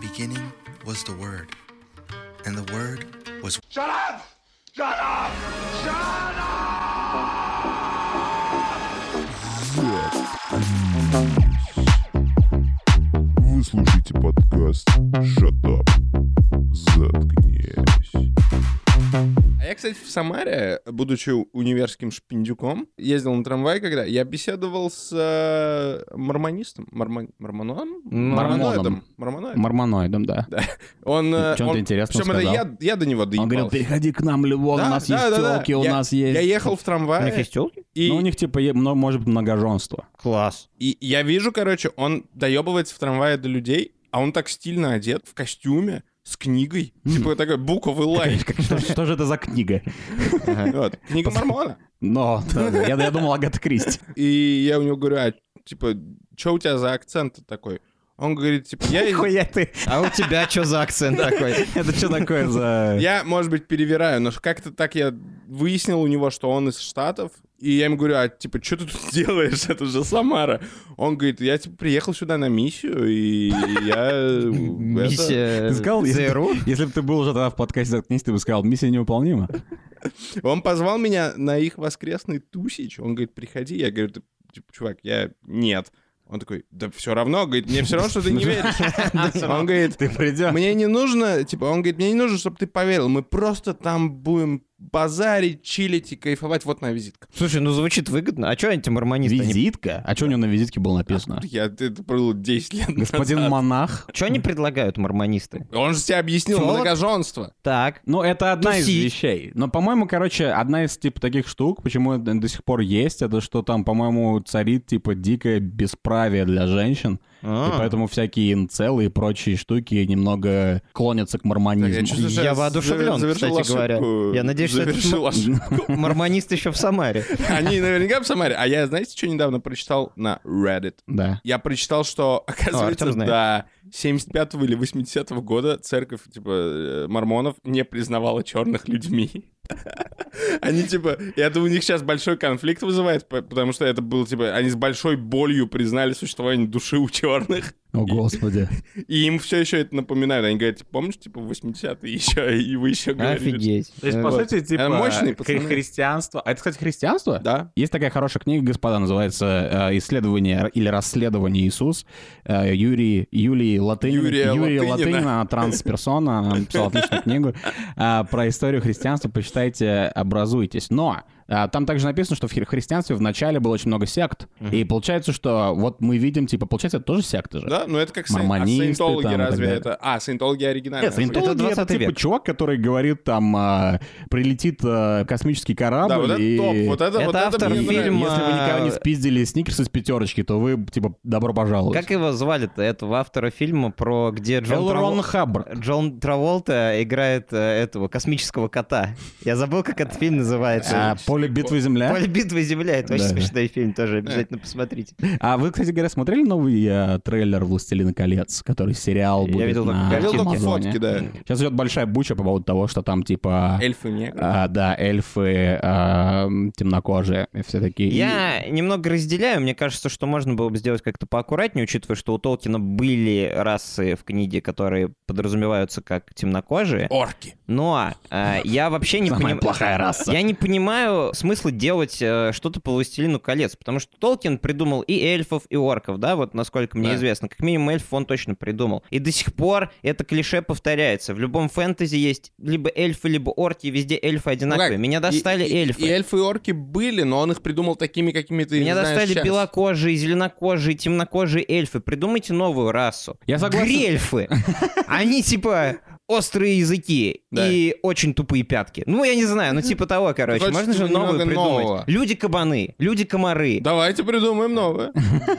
beginning was the Word, and the Word was... Shut up! Shut up! Shut up! Вы слушаете подкаст Shut Up. Заткнись. А я, кстати, в Самаре, будучи универским шпиндюком, ездил на трамвае, когда я беседовал с мормонистом. Мормоноидом. Мормоноидом, да. Он... Что-то интересное сказал. Я до него доебался. Он говорил, переходи к нам, Левон, у нас есть тёлки, у нас есть... Я ехал в трамвае. У них есть тёлки? Ну, у них, типа, может быть, многоженство. Класс. И я вижу, короче, он доебывается в трамвае до людей, а он так стильно одет, в костюме, с книгой. Типа такой буковый лайк. Что же это за книга? Вот. Книга Мормона. Но, я думал, Агата Кристи. И я у него говорю, а, типа, что у тебя за акцент такой? Он говорит, типа, Нихуя ты. А у тебя что за акцент такой? Это что такое за... Я, может быть, перевираю, но как-то так я выяснил у него, что он из Штатов, и я ему говорю, а, типа, что ты тут делаешь? Это же Самара. Он говорит, я, типа, приехал сюда на миссию, и я... Миссия Ты сказал, ЦРУ? если бы ты был уже тогда в подкасте «Заткнись», ты бы сказал, миссия невыполнима. Он позвал меня на их воскресный тусич, он говорит, приходи. Я говорю, типа, чувак, я... Нет. Он такой, да все равно, говорит, мне все равно, что ты не веришь. Он говорит, Ты придешь. мне не нужно, типа, он говорит, мне не нужно, чтобы ты поверил, мы просто там будем базарить, чилить и кайфовать, вот моя визитка. Слушай, ну звучит выгодно. А что эти мормонисты? Визитка? А что у него на визитке было написано? Это было 10 лет Господин назад. монах. Что они предлагают, мормонисты? Он же тебе объяснил Тёлок? многоженство. Так. Ну, это одна из Тусить. вещей. Но, по-моему, короче, одна из, типа, таких штук, почему это до сих пор есть, это что там, по-моему, царит, типа, дикое бесправие для женщин. И поэтому всякие инцелы и прочие штуки немного клонятся к мормонизму. Я воодушевлен, кстати говоря. Я надеюсь, что этот мормонист еще в Самаре. Они наверняка в Самаре. А я, знаете, что недавно прочитал на Reddit? Да. Я прочитал, что, оказывается, Артём до 75-го или 80-го года церковь, типа, мормонов не признавала черных людьми. Они, типа, это у них сейчас большой конфликт вызывает, потому что это было, типа, они с большой болью признали существование души у черных. О, Господи. И им все еще это напоминают. Они говорят, помнишь, типа, в 80-е еще, и вы еще говорили. Офигеть. То есть, по сути, типа, мощные пацаны. христианство... А это, кстати, христианство? Да. Есть такая хорошая книга, господа, называется «Исследование или расследование Иисус». Юлий Юрия Латынина, Латынина. она трансперсона, она написала отличную книгу про историю христианства. Почитайте, образуйтесь. Но там также написано, что в христианстве вначале было очень много сект. И получается, что вот мы видим, типа, получается, это тоже секта же. Да, ну это как Мормонисты саентологи, там и так разве далее. это? А, саентологи оригинальные. Нет, саентологи Это это 20 типа век. чувак, который говорит, там, прилетит космический корабль, Да, вот это и... топ. Вот это автор мне нравится. фильма. Если вы никогда не спиздили сникерс из пятерочки, то вы, типа, добро пожаловать. Как его звали-то, этого автора фильма, про где Рон Хаббард. Джон Траволта играет этого космического кота. Я забыл, как этот фильм называется. Поле битвы Земля. «Поле битвы Земля». Это очень Да. смешной фильм, тоже обязательно посмотрите. А вы, кстати говоря, смотрели новый трейлер «Властелина колец», который сериал будет видел только на Я видел только Амазоне? фотки, да. Сейчас идет большая буча по поводу того, что там, типа... Эльфы негры. Да, эльфы, темнокожие, все такие. Я немного разделяю. Мне кажется, что можно было бы сделать как-то поаккуратнее, учитывая, что у Толкина были расы в книге, которые подразумеваются как темнокожие. Орки. Но я вообще не Самая понимаю... плохая раса. Я не понимаю смысла делать что-то по «Властелину колец», потому что Толкин придумал и эльфов, и орков, да, вот насколько мне Да. известно. Как минимум эльфов он точно придумал. И до сих пор это клише повторяется. В любом фэнтези есть либо эльфы, либо орки, и везде эльфы одинаковые. Ну как, Меня достали эльфы. И эльфы, и орки были, но он их придумал такими, какими ты Меня знаешь достали сейчас. белокожие, зеленокожие, темнокожие эльфы. Придумайте новую расу. Я согласен. Грельфы. Они типа острые языки Да. и очень тупые пятки. Ну, я не знаю, ну типа того, короче. Хочешь, Можно же типа, новую немного придумать. нового. Люди-кабаны, люди-комары, Давайте придумаем новое.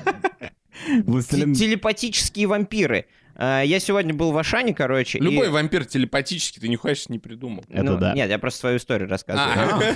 «Властелин...» телепатические вампиры. Я сегодня был в Ашане, короче. Любой и... вампир телепатический, ты нихуя не придумал. Это Ну, да. Нет, я просто свою историю рассказываю.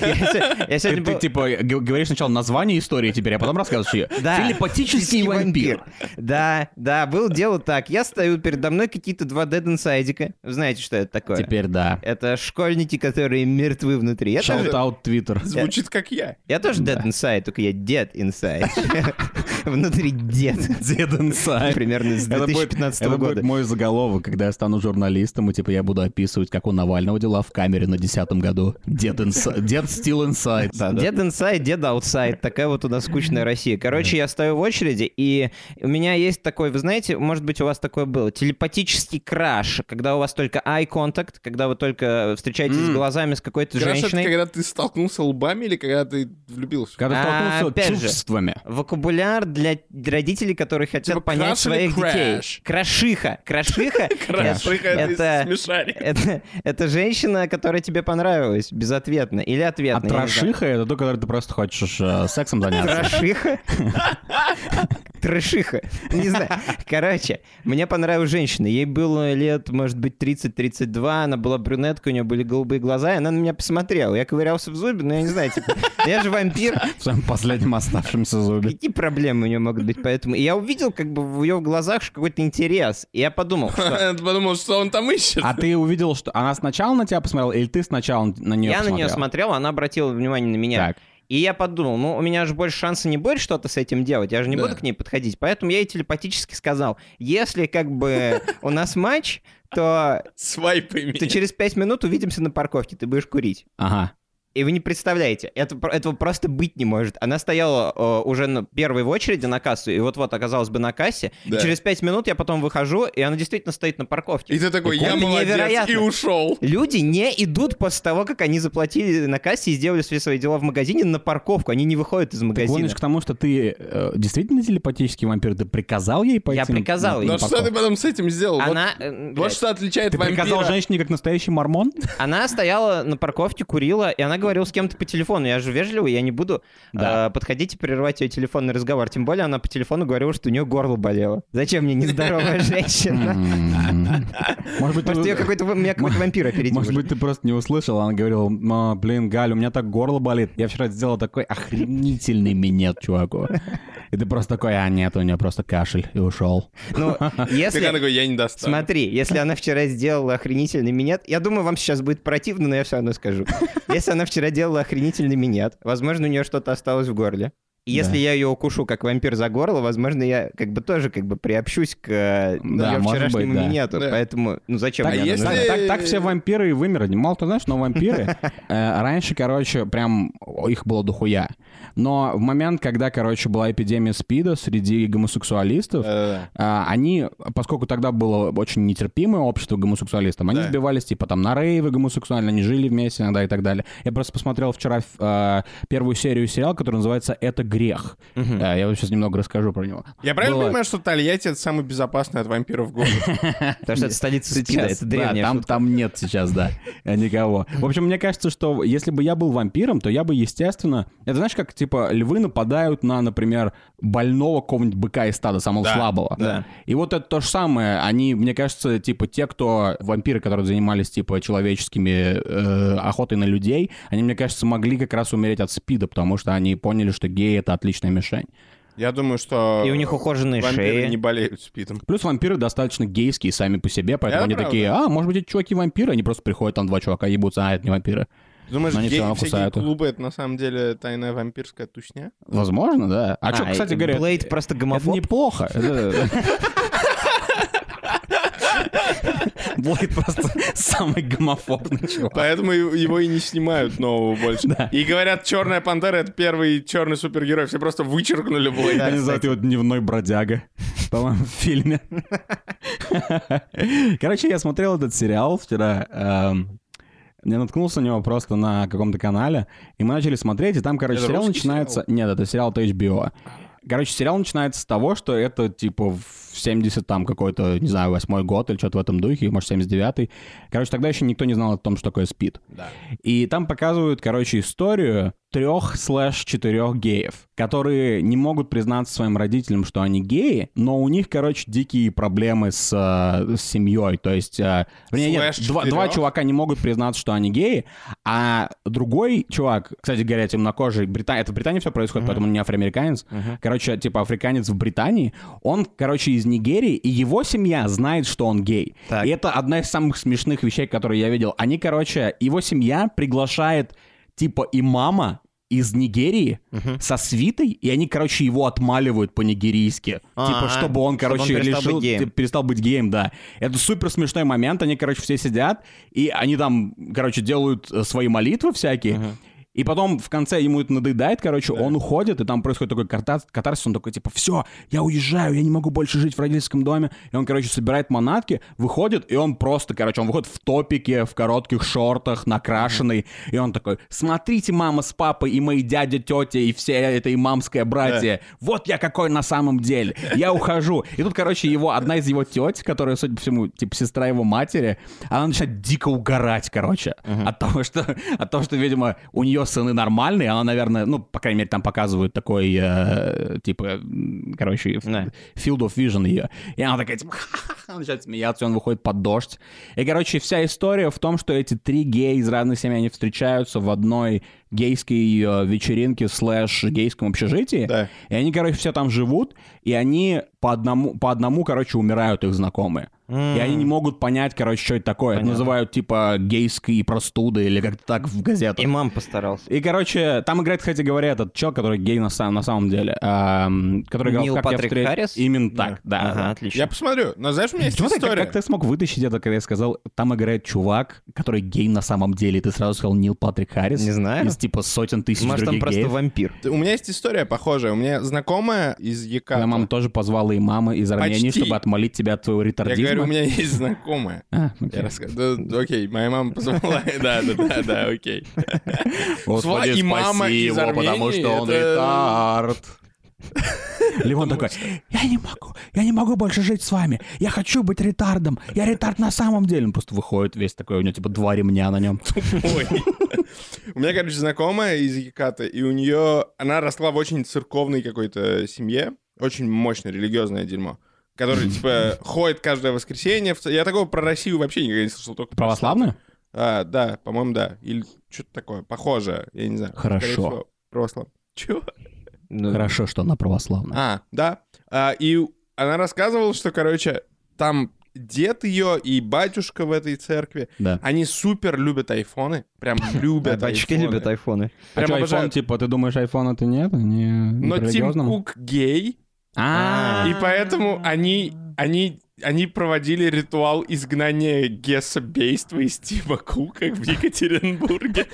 А. Я сегодня Ты, был... типа, говоришь сначала название истории теперь, а потом рассказываешь ее. Да. Телепатический вампир. Да, было дело так. Я стою, передо мной какие-то два дед-инсайдика. Вы знаете, что это такое? Теперь да. Это школьники, которые мертвы внутри. Я тоже, Шаут-аут Твиттер. Звучит как я. я тоже dead inside, только я dead inside. Внутри дед. Дед Инсайд. Примерно с 2015 Это будет будет годы. мой заголовок, когда я стану журналистом, и типа я буду описывать, как у Навального дела в камере на 10-м году. Дед still inside. Дед inside, дед outside. Такая вот у нас скучная Россия. Короче, я стою в очереди, и у меня есть такой, вы знаете, может быть, у вас такое было, телепатический краш, когда у вас только eye contact, когда вы только встречаетесь с глазами с какой-то Краш — это женщиной. когда ты столкнулся лбами или когда ты влюбился? Когда столкнулся опять же, чувствами. Вокабуляр для родителей, которые хотят Типа понять краш или своих детей. крэш? Крашиха. Крашиха Крашиха — это из смешарика. это женщина, которая тебе понравилась безответно или А ответно. я не знаю. трошиха — это то, когда ты просто хочешь сексом заняться. Трошиха? Трошиха. Не знаю. Короче, мне понравилась женщина. Ей было лет, может быть, 30-32. Она была брюнеткой, у нее были голубые глаза, и она на меня посмотрела. Я ковырялся в зубе, но я не знаю, типа, я же вампир. В своем последнем оставшемся зубе. Какие проблемы у нее могут быть? Поэтому и я увидел как бы в ее глазах какой-то интерес. И я подумал, что... Ты подумал, что он там ищет. А ты увидел, что она сначала на тебя посмотрела, или ты сначала на нее Я посмотрел? на нее смотрел, она обратила внимание на меня. Так. И я подумал, ну, у меня же больше шанса не будет что-то с этим делать, я же не Да. буду к ней подходить. Поэтому я ей телепатически сказал, если как бы у нас матч, то Свайпай ты меня. через 5 минут увидимся на парковке, ты будешь курить. Ага. И вы не представляете, этого просто быть не может. Она стояла уже первой в очереди на кассу, и вот-вот оказалась бы на кассе. Да. И через 5 минут я потом выхожу, и она действительно стоит на парковке. И ты такой, я Это молодец, невероятно. и ушел. Люди не идут после того, как они заплатили на кассе и сделали все свои дела в магазине, на парковку. Они не выходят из Ты магазина. клонишь к тому, что ты действительно телепатический вампир? Ты приказал ей пойти? Я приказал ей. Но на что парковку? ты потом с этим сделал? Вот- Она, Вот блядь, что отличает Ты приказал вампира. женщине как настоящий мормон? она стояла на парковке, курила, и она говорила с кем-то по телефону. Я же вежливый, я не буду Да. подходить и прерывать ее телефонный разговор. Тем более она по телефону говорила, что у нее горло болело. Зачем мне нездоровая женщина? Может быть, Может, меня какой-то вампир опередил. Может уже. быть, ты просто не услышал. Она говорила, блин, Галь, у меня так горло болит. Я вчера сделал такой охренительный минет чуваку. И ты просто такой, нет, у нее просто кашель, и ушел. Ну, Так если... она такой, я не достану. Смотри, если она вчера сделала охренительный минет, я думаю, вам сейчас будет противно, но я все равно скажу. Если она вчера делала охренительный минет, возможно, у нее что-то осталось в горле. И если Да. я ее укушу как вампир за горло, возможно, я как бы тоже как бы приобщусь к ее может вчерашнему быть, да. минету. Да. Поэтому, ну зачем Так, мне она если- нужна? так все вампиры и вымерли. Мало кто знаешь, но вампиры раньше, короче, прям их было дохуя. Но в момент, когда, короче, была эпидемия СПИДа среди гомосексуалистов, они, поскольку тогда было очень нетерпимое общество гомосексуалистам, они Да. сбивались, типа, там, на рейвы гомосексуальные, они жили вместе иногда и так далее. Я просто посмотрел вчера первую серию сериала, который называется «Это грех». Я вот сейчас немного расскажу про него. Я правильно Было- понимаю, что Тольятти — это самый безопасный от вампиров город? Потому что это столица СПИДа, Сейчас, это да, древняя там, шутка. там нет сейчас, да, никого. В общем, мне кажется, что если бы я был вампиром, то я бы, естественно... Это знаешь, как, типа, львы нападают на, например, больного какого-нибудь быка из стада, самого Да, слабого. да. И вот это то же самое. Они, мне кажется, типа, те, кто... Вампиры, которые занимались, типа, человеческими охотой на людей, они, мне кажется, могли как раз умереть от СПИДа, потому что они поняли, что геи — это отличная мишень. Я думаю, что И у них ухоженные вампиры шеи. не болеют СПИДом. Плюс вампиры достаточно гейские сами по себе, поэтому Это они правда. такие, может быть, эти чуваки вампиры, они просто приходят, там два чувака ебутся, это не вампиры. Думаешь, Но они всё равно всякие кусают их. клубы — это на самом деле тайная вампирская тусня? Возможно, да. А что, кстати говоря, Блейд просто это гомофоб. неплохо. Блейд просто самый гомофобный чувак. Поэтому его и не снимают нового больше. И говорят, «Черная пантера» — это первый черный супергерой. Все просто вычеркнули Блейда. Они называют его «Дневной бродяга», по-моему, в фильме. Короче, я смотрел этот сериал вчера. Я наткнулся на него просто на каком-то канале, и мы начали смотреть, и там, короче, Это сериал русский начинается... Нет, это сериал от HBO. Короче, сериал начинается с того, что это, типа, в 70 там какой-то, не знаю, 8-й год или что-то в этом духе, может, 79-й. Короче, тогда еще никто не знал о том, что такое СПИД. И там показывают, короче, историю 3/4 геев, которые не могут признаться своим родителям, что они геи, но у них, короче, дикие проблемы с семьей. То есть, вернее, нет, Слэш два 4? чувака не могут признаться, что они геи, а другой чувак, кстати говоря, темнокожий, это в Британии все происходит, поэтому он не афроамериканец, короче, типа африканец в Британии, он, короче, из Нигерии, и его семья знает, что он гей. Так. И это одна из самых смешных вещей, которые я видел. Они, короче, его семья приглашает типа имама из Нигерии со свитой, и они, короче, его отмаливают по-нигерийски. Типа, чтобы он, короче, перестал быть геем, да. Это супер смешной момент, они, короче, все сидят, и они там, короче, делают свои молитвы всякие, и потом в конце ему это надоедает, короче, он уходит, и там происходит такой катарсис, он такой, типа, все, я уезжаю, я не могу больше жить в родительском доме. И он, короче, собирает манатки, выходит, и он просто, короче, он выходит в топике, в коротких шортах, накрашенный, и он такой, смотрите, мама с папой, и мои дядя, тетя, и все это имамское братья, вот я какой на самом деле, я ухожу. И тут, короче, одна из его теть, которая, судя по всему, типа, сестра его матери, она начинает дико угорать, короче, от того, что, видимо, у нее сыны нормальные, она, наверное, ну, по крайней мере, там показывают такой, типа, короче, field of vision ее. И она такая, типа, она начинает смеяться, и он выходит под дождь. И, короче, вся история в том, что эти 3 гея из разных семей, они встречаются в одной гейской вечеринке / гейском общежитии. Да. И они, короче, все там живут, и они по одному, короче, умирают их знакомые. И они не могут понять, короче, что это такое. Понятно. Это называют, типа, гейской простудой или как-то так в газетах. Имам постарался. И, короче, там играет, кстати говоря, этот чел, который гей на самом деле. Который играл Нил «Как Патрик я Харрис? Именно так, да. Ага, отлично. Я посмотрю, но знаешь, у меня есть история. Как ты смог вытащить это, когда я сказал, там играет чувак, который гей на самом деле, и ты сразу сказал Нил Патрик Харрис? Не знаю. Из, типа, сотен тысяч Может, других там геев. просто вампир. У меня есть история похожая. У меня знакомая из Яката. Твоя мама тоже позвала имама из Армении, Почти. чтобы отмолить тебя от твоего ретардизма? Я говорю, у меня есть знакомая. Я рассказываю. Да, окей, моя мама позвала. Да, окей. Господи, И мама из спаси его, Армении, потому что он это- ретард. Левон такой, я не могу больше жить с вами, я хочу быть ретардом, я ретард на самом деле. Он просто выходит весь такой, у него типа 2 ремня на нем. Ой. У меня, короче, знакомая из Яката, и у нее... Она росла в очень церковной какой-то семье, очень мощное религиозное дерьмо, которое, типа, ходит каждое воскресенье. Я такого про Россию вообще никогда не слышал. Только Православную? Да, по-моему, да. Или что-то такое, похожее, я не знаю. Хорошо. Православное. Чего? Хорошо, что она православная. Да. И она рассказывала, что, короче, там дед ее и батюшка в этой церкви, Да. они супер любят айфоны. Прям любят Батюшки айфоны. любят айфоны. А Прям что, обожают. iPhone, типа, ты думаешь, iPhone это нет? Но Тим религиозному? Кук гей, А, и поэтому они проводили ритуал изгнания гессобейства из Тима Кука в Екатеринбурге.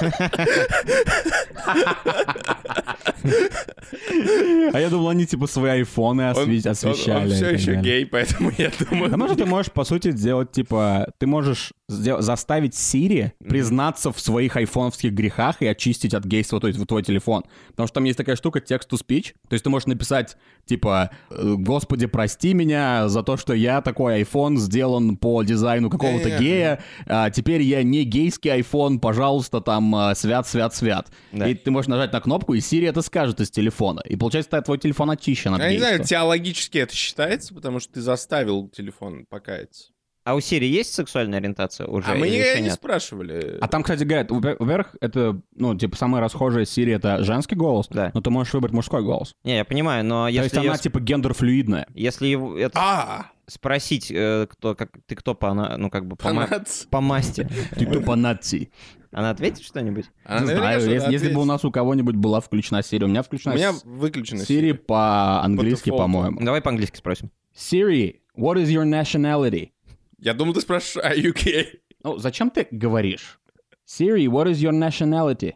А я думал, они типа свои айфоны освещали. Он и все так еще далее. гей, поэтому я думаю... А может, ты можешь, по сути, сделать, типа, ты можешь заставить Siri признаться в своих айфоновских грехах и очистить от гейства твой телефон. Потому что там есть такая штука text-to-speech. То есть ты можешь написать, типа, «Господи, прости меня за то, что я такой iPhone сделан по дизайну какого-то гея. Теперь я не гейский iPhone, пожалуйста, там, свят». Да. И ты можешь нажать на кнопку, и Siri это скажет из телефона. И получается, твой телефон очищен от Я не знаю, гейства. теологически это считается, потому что ты заставил телефон покаяться. А у Сири есть сексуальная ориентация уже? А мы или никогда еще не нет? спрашивали. А там, кстати, говорят, во-первых, это, ну, типа, самая расхожая Siri — это женский голос, Да. но ты можешь выбрать мужской голос. Не, я понимаю, но То есть если, она, типа, гендерфлюидная. если его это спросить, ты кто ну как бы Фанат. по масти, Ты тупо наци. она ответит что-нибудь? Она Не наверняка знаю, что-то если бы у ответит. нас у кого-нибудь была включена Siri. У меня У включена меня выключена Siri по-английски, По дефолту. по-моему. Давай по-английски спросим. Siri, what is your nationality? Я думал, ты спрашиваешь, are you gay? Ну, зачем ты говоришь? Siri, what is your nationality?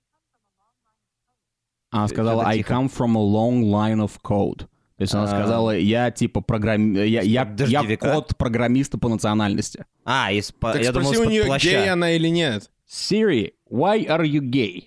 Она сказала, I тихо. come from a long line of code. То есть она сказала, я типа я дождевика? код программиста по национальности. Так Так я думал, спроси у из-под нее, плаща. гей она или нет. Siri, why are you gay?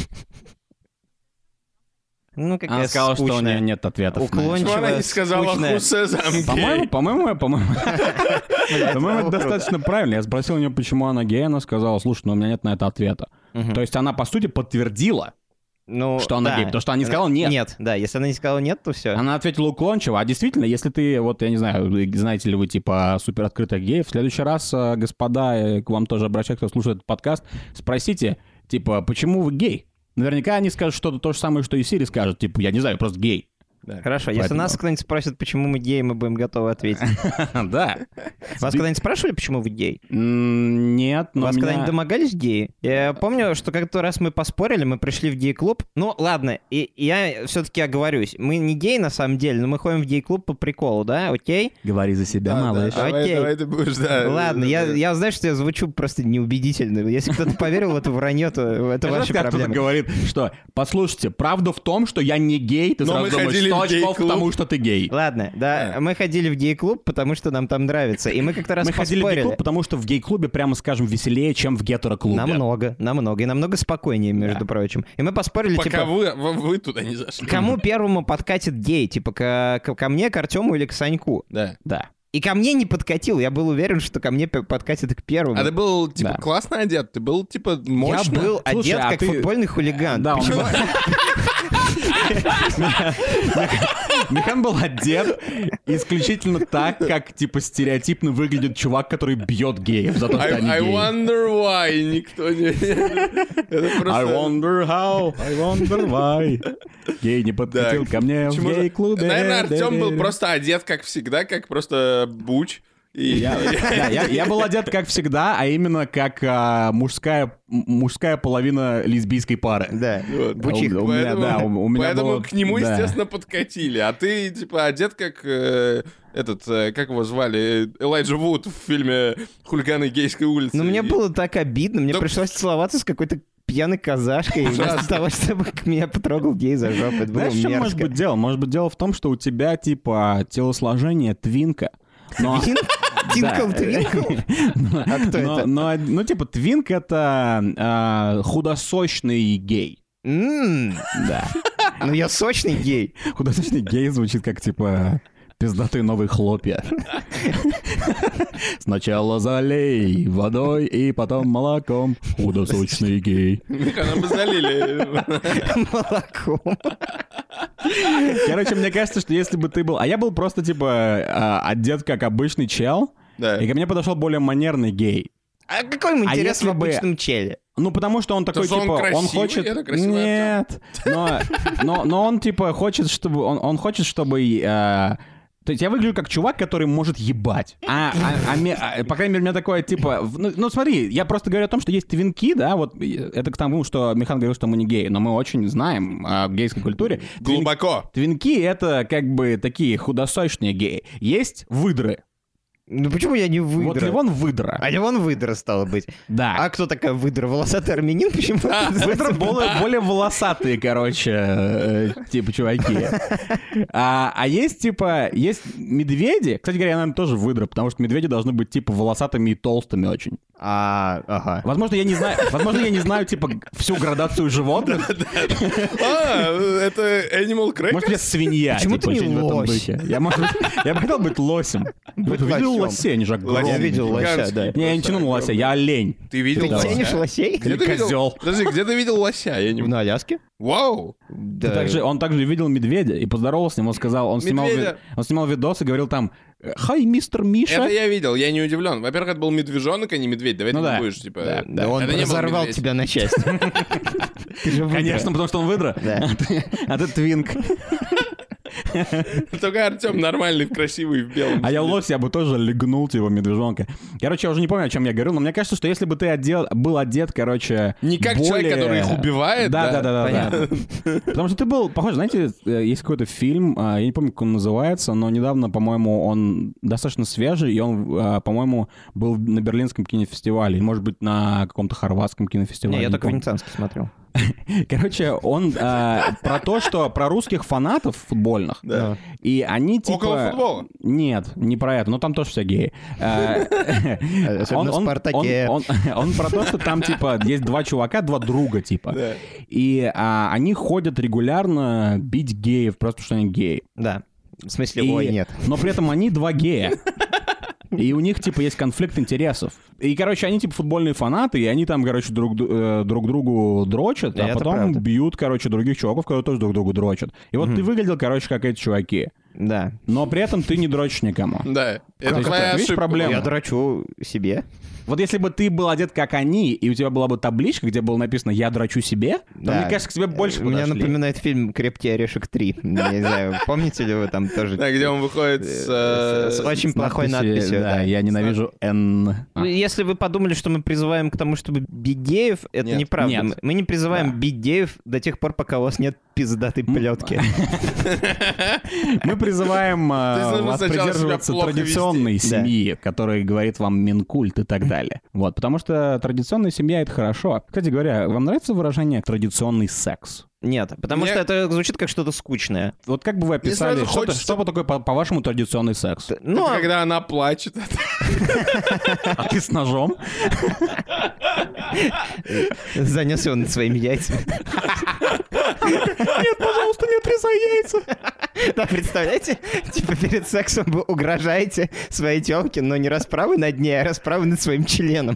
Ну, какая Она сказала, что у скучная. нее нет ответов. на это. Уклончивая, Почему она не сказала, скучная. who says I'm gay? По-моему, это достаточно правильно. Я спросил у нее, почему она гей, она сказала, слушай, ну у меня нет на это ответа. То есть она, по сути, подтвердила, Ну, что она да. гей, потому что она не сказала нет. Нет, да, если она не сказала нет, то все. Она ответила уклончиво. А действительно, если ты, вот, я не знаю, знаете ли вы, типа, супер открытых геев, в следующий раз, господа, к вам тоже обращаюсь, кто слушает этот подкаст, спросите, типа, почему вы гей? Наверняка они скажут что-то то же самое, что и Сири скажет, типа, я не знаю, просто гей. Да. Хорошо, если Поэтому- нас кто-нибудь спросит, почему мы геи, мы будем готовы ответить. Да. Вас когда-нибудь спрашивали, почему вы гей? Нет, но Вас меня... когда-нибудь домогались геи? Я помню, что как-то раз мы поспорили, мы пришли в гей-клуб. Ну, ладно, и я все-таки оговорюсь. Мы не геи на самом деле, но мы ходим в гей-клуб по приколу, да? Окей? Говори за себя, Да, малыш. да, Окей. давай ты будешь, да. Ладно, я знаю, что я звучу просто неубедительно. Если кто-то поверил в это вранье, то это Знаешь, ваша как кто-то проблема. говорит, что, послушайте, правда в том, что я не гей, ты Но сразу мы думаешь, ходили 100 в очков, гей-клуб. потому что ты гей. Ладно, да, мы ходили в гей-клуб, потому что нам там нравится. И мы как-то раз Мы ходили в поспорили. гей-клуб, потому что в гей-клубе, прямо скажем, веселее, чем в гетеро-клубе. Намного. И намного спокойнее, между прочим. И мы поспорили, Пока типа, вы туда не зашли. кому первому подкатит гей? Типа, ко мне, к Артему или к Саньку? Да. Да. И ко мне не подкатил. Я был уверен, что ко мне подкатит к первому. А ты был, типа, Да. классно одет? Ты был, типа, Я мощно? был Слушай, одет а как ты- футбольный хулиган. Да, он Почему? Михан был одет исключительно так, как, типа, стереотипно выглядит чувак, который бьет геев за то, что они I геи. wonder why. Никто не... Это I просто... wonder how, I wonder why. Гей не подкатил ко мне в Почему же- гей-клубе. Наверное, Артем был просто одет, как всегда, как просто буч. И... Я был одет как всегда, а именно как мужская половина лесбийской пары. Да, Вот. бучих. У меня, Поэтому, да, у меня поэтому было- к нему, да. естественно, подкатили. А ты, типа, одет как как его звали? Элайджа Вуд в фильме «Хулиганы гейской улицы». Но мне И- было так обидно. Мне Да- пришлось целоваться с какой-то пьяной казашкой вместо Ужасно. того, чтобы меня потрогал гей за жопу. Это было Знаешь, в чем может мерзко. быть дело? Может быть, дело в том, что у тебя, типа, телосложение твинка. Но... Тинкл Да. Твинкл? А кто это? Ну, типа, твинк — это худосочный гей. Да. Ну я сочный гей. Худосочный гей звучит как, типа, пиздатые новые хлопья. Сначала залей водой и потом молоком. Худосочный гей. Нам бы залили. Молоком. Короче, мне кажется, что если бы ты был... А я был просто, типа, одет как обычный чел, Да. и ко мне подошел более манерный гей. А какой ему А интерес если в бы- обычном челе? Ну, потому что он такой, что он типа, он красивый? хочет... Это красивый Нет, но он, типа, хочет, чтобы... Он хочет, чтобы... То есть я выгляжу как чувак, который может ебать. По крайней мере, у меня такое, типа... Ну, смотри, я просто говорю о том, что есть твинки, да, вот это к тому, что Михан говорил, что мы не геи, но мы очень знаем о гейской культуре. Глубоко. Твинки — это как бы такие худосочные геи. Есть выдры. Ну почему я не выдра? Вот Ливон выдра. А Ливон выдра, стало быть. Да. А кто такая выдра? Волосатый армянин? Почему? Выдра более волосатые, короче, типа, чуваки. А есть, типа, есть медведи. Кстати говоря, я, наверное, тоже выдра, потому что медведи должны быть, типа, волосатыми и толстыми очень. Ага. Возможно, я не знаю, типа, всю градацию животных. Это Animal Crackers? Может, я свинья, Почему типа, ты не что-нибудь в этом лось? духе. Я бы хотел быть лосем. Быть Ты видел лосем. лосей? Они же огромные. Я видел лося, Гигантский. да. Не, я не тяну на лося, я олень. Ты видел Ты лося? ценишь лосей? Где ты видел? Козёл. Подожди, где ты видел лося? Я не... На Аляске? Вау! Да. Он также видел медведя и поздоровался с ним. Он сказал, он снимал видос и говорил там: «Хай, мистер Миша». Это я видел, я не удивлен. Во-первых, это был медвежонок, а не медведь. Давай Ну ты да. не будешь, типа... Да он это не был разорвал медведь. тебя на части. Ты же выдра. Конечно, потому что он выдра. Да. А ты твинк. Только Артем нормальный, красивый, в белом. А я лось, я бы тоже легнул, типа, медвежонка. Короче, я уже не помню, о чем я говорил, но мне кажется, что если бы ты был одет, короче... Не как человек, который их убивает, да? Да. Понятно. Потому что ты был похож, знаете, есть какой-то фильм, я не помню, как он называется, но недавно, по-моему, он достаточно свежий, и он, по-моему, был на Берлинском кинофестивале, или, может быть, на каком-то хорватском кинофестивале. Не, я не только помню. венецианский смотрел. Короче, он про русских фанатов футбольных. Да. И они типа... Около футбола? Нет, не про это, но там тоже все геи. Особенно в «Спартаке». Он про то, что там типа есть два чувака, два друга типа. Да. И они ходят регулярно бить геев, просто потому что они геи. Да. В смысле, И- ой, нет. Но при этом они два гея. И у них, типа, есть конфликт интересов. И, короче, они, типа, футбольные фанаты, и они там, короче, друг другу дрочат, И а это потом правда. бьют, короче, других чуваков, которые тоже друг другу дрочат. И вот ты выглядел, короче, как эти чуваки. Да. но при этом ты не дрочишь никому. Да. Это есть твоя так, видишь, ошибка. проблема? Я дрочу себе. Вот если бы ты был одет как они, и у тебя была бы табличка, где было написано «Я дрочу себе», то, Да. мне кажется, к тебе больше Меня подошли. напоминает фильм «Крепкий орешек 3». Я не знаю, помните ли вы там тоже... Да, где он выходит С очень С плохой надписью. Да, я ненавижу Н. Ну, если вы подумали, что мы призываем к тому, чтобы бить геев, это Нет. неправда. Нет. Мы не призываем Да. бить геев до тех пор, пока у вас нет пиздатой плетки. Мы призываем нужно вас сначала себя придерживаться плохо традиционной вести. семьи, которая говорит вам Минкульт и так далее. Вот, потому что традиционная семья — это хорошо. Кстати говоря, вам нравится выражение «традиционный секс»? Нет, потому Мне- что это звучит как что-то скучное. Вот как бы вы описали, сразу что, хочется- что бы такое, по-вашему, традиционный секс? Ну, Это когда она плачет. А ты с ножом? занес его над своими яйцами. Нет, пожалуйста, не отрезай яйца. Да, представляете? Типа перед сексом вы угрожаете своей телке, но не расправой над ней, а расправой над своим членом.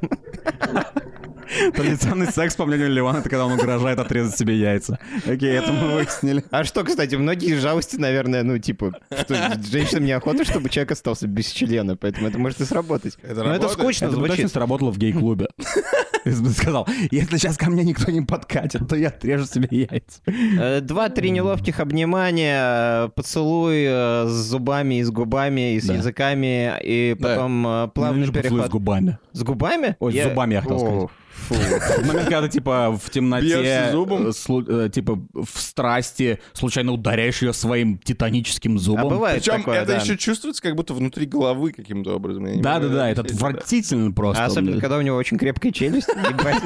Традиционный секс, по мнению Леона, это когда он угрожает отрезать себе яйца. Окей, это мы выяснили. А что, кстати, многие из жалости, наверное, ну, типа, что женщинам неохота, чтобы человек остался без члена, поэтому это может и сработать. Это Но это работает? скучно Это бы точно звучит. сработало в гей-клубе. Если бы ты сказал, если сейчас ко мне никто не подкатит, то я отрежу себе яйца. 2-3 неловких обнимания, поцелуй с зубами и с губами, и с Да. языками, и Да. потом плавный Ненавижу поцелуй переход. с губами. С губами? Ой, с зубами я хотел сказать. Фу. В момент, когда ты, типа, в темноте, Бьешься зубом? типа, в страсти, случайно ударяешь ее своим титаническим А зубом. бывает Причем такое, это да. еще чувствуется как будто внутри головы каким-то образом. Я не могу Да-да-да, это объяснить, да. отвратительно просто. А особенно, когда у него очень крепкая челюсть. ебать.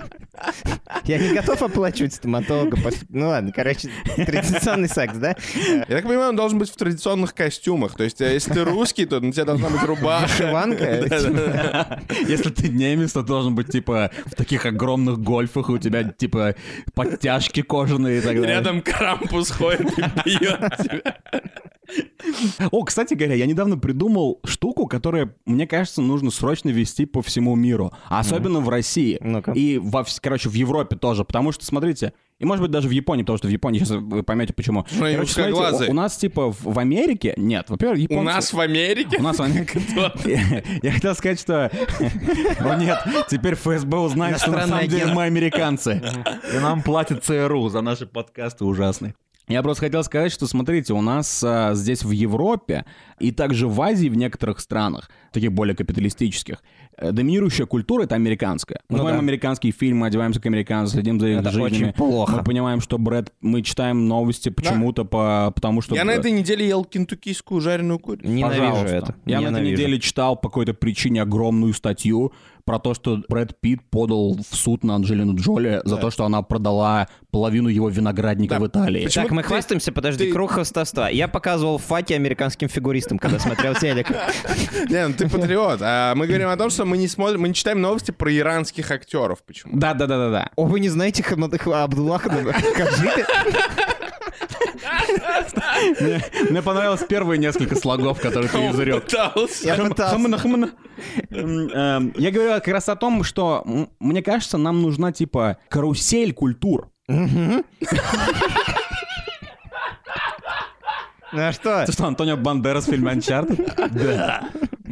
Я не готов оплачивать стоматолога. Ну ладно, короче, традиционный секс, да? Я так понимаю, он должен быть в традиционных костюмах. То есть, если ты русский, то на тебе должна быть рубаха. Вышиванка. Если ты немец, то должен быть, типа, в таких огромных гольфах, и у тебя, типа, подтяжки кожаные и так далее. Рядом Крампус ходит и бьет тебя. О, кстати говоря, я недавно придумал штуку, которую, мне кажется, нужно срочно вести по всему миру. А особенно в России. Ну-ка. И, короче, в Европе тоже. Потому что, смотрите, и, может быть, даже в Японии, потому что в Японии, сейчас вы поймете, почему. Ну, они Короче, смотрите, узкоглазые. у нас, типа, в Америке... Нет, во-первых, японцы... У нас в Америке? У нас в Америке... Я хотел сказать, что... О, нет, теперь ФСБ узнает, что на Иностранный самом деле агент. мы американцы. И нам платит ЦРУ за наши подкасты ужасные. Я просто хотел сказать, что, смотрите, у нас здесь в Европе и также в Азии, в некоторых странах, таких более капиталистических, доминирующая культура — это американская. Мы Ну смотрим да. американские фильмы, одеваемся как американцы, следим за их Это жизнями. очень плохо. Мы понимаем, что мы читаем новости почему-то, потому что... Я на этой неделе ел кентуккийскую жареную курицу. Ненавижу Пожалуйста. это. Я на этой Ненавижу. неделе читал по какой-то причине огромную статью про то, что Брэд Питт подал в суд на Анджелину Джоли за то, что она продала половину его виноградника Да. в Италии. Почему Так, мы ты- хвастаемся, подожди, ты- круг хвастовства. Я показывал факи американским фигуристам, когда смотрел телек. Не, ну ты патриот. А мы говорим о том, что мы не смотрим, мы не читаем новости про иранских актеров. Почему? Да. О, вы не знаете Абдуллаха Каджиты? Мне понравилось первые несколько слогов, которые ты изрек. Пытался. Я пытался. Хамана. Я говорю как раз о том, что мне кажется, нам нужна типа карусель культур. Ну а что? Это что, Антонио Бандерас в фильме «Uncharted»? Да.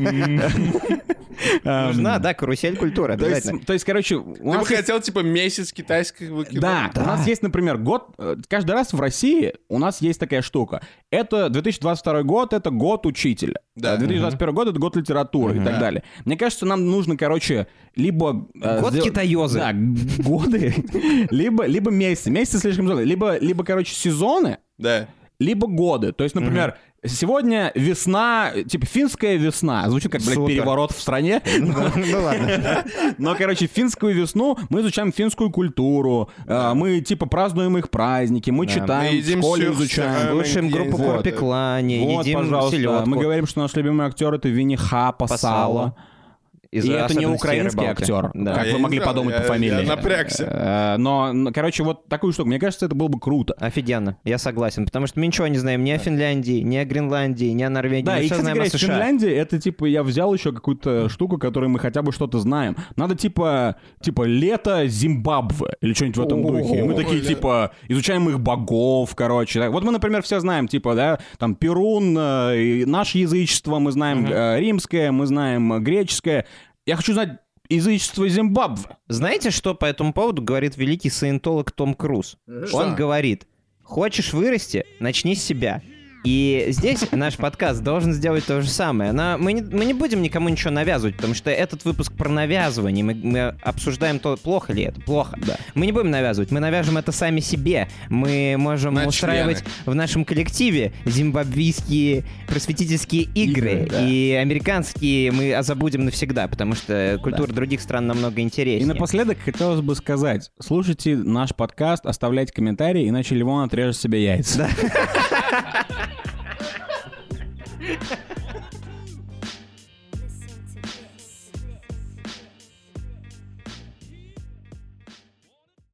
Нужна, да, карусель культуры, обязательно. То есть, короче, у Ты бы нас есть... хотел, типа, месяц китайского кино? Да, у нас есть, например, год... Каждый раз в России у нас есть такая штука. Это 2022 год, это год учителя. Да. 2021 год — это год литературы и так далее. Мне кажется, нам нужно, короче, либо... Год китаёзы. Да, годы. Либо месяцы. Месяцы слишком много. Либо, короче, сезоны, Да. либо годы. То есть, например, сегодня весна, типа финская весна. Звучит как, блядь, Супер. переворот в стране. Ну ладно. Но, короче, финскую весну мы изучаем финскую культуру, мы, типа, празднуем их праздники, мы читаем, Мы едим в школе сюрсты, изучаем. Слушаем группу Вот. Корпиклани, Вот, едим пожалуйста. селедку. Мы говорим, что наш любимый актер — это Винни Ха Пасала. из-за И это не особенностей украинский рыбалки. актер, Да. как Я вы не могли знал, подумать я- по фамилии. я напрягся. Но, короче, вот такую штуку. Мне кажется, это было бы круто. Офигенно, я согласен, потому что мы ничего не знаем ни о Финляндии, ни о Гренландии, ни о Норвегии, Да, мы и, все кстати знаем говоря, о США. Финляндия, это типа, я взял еще какую-то штуку, которой мы хотя бы что-то знаем. Надо типа лето Зимбабве или что-нибудь в этом духе. И мы такие, типа, изучаем их богов, короче. Так. Вот мы, например, все знаем, типа, да, там, Перун, и наше язычество, мы знаем римское, мы знаем греческое. Я хочу знать язычество Зимбабве. Знаете, что по этому поводу говорит великий саентолог Том Круз? Он говорит, хочешь вырасти, начни с себя. И здесь наш подкаст должен сделать то же самое. Мы не будем никому ничего навязывать, потому что этот выпуск про навязывание. Мы обсуждаем то, плохо ли это. Плохо. Да. Мы не будем навязывать, мы навяжем это сами себе. Мы можем На устраивать члены. в нашем коллективе зимбабвийские просветительские игры. Да. И американские мы забудем навсегда, потому что культура других стран намного И интереснее. напоследок хотелось бы сказать, слушайте наш подкаст, оставляйте комментарии, иначе Ливон отрежет себе яйца.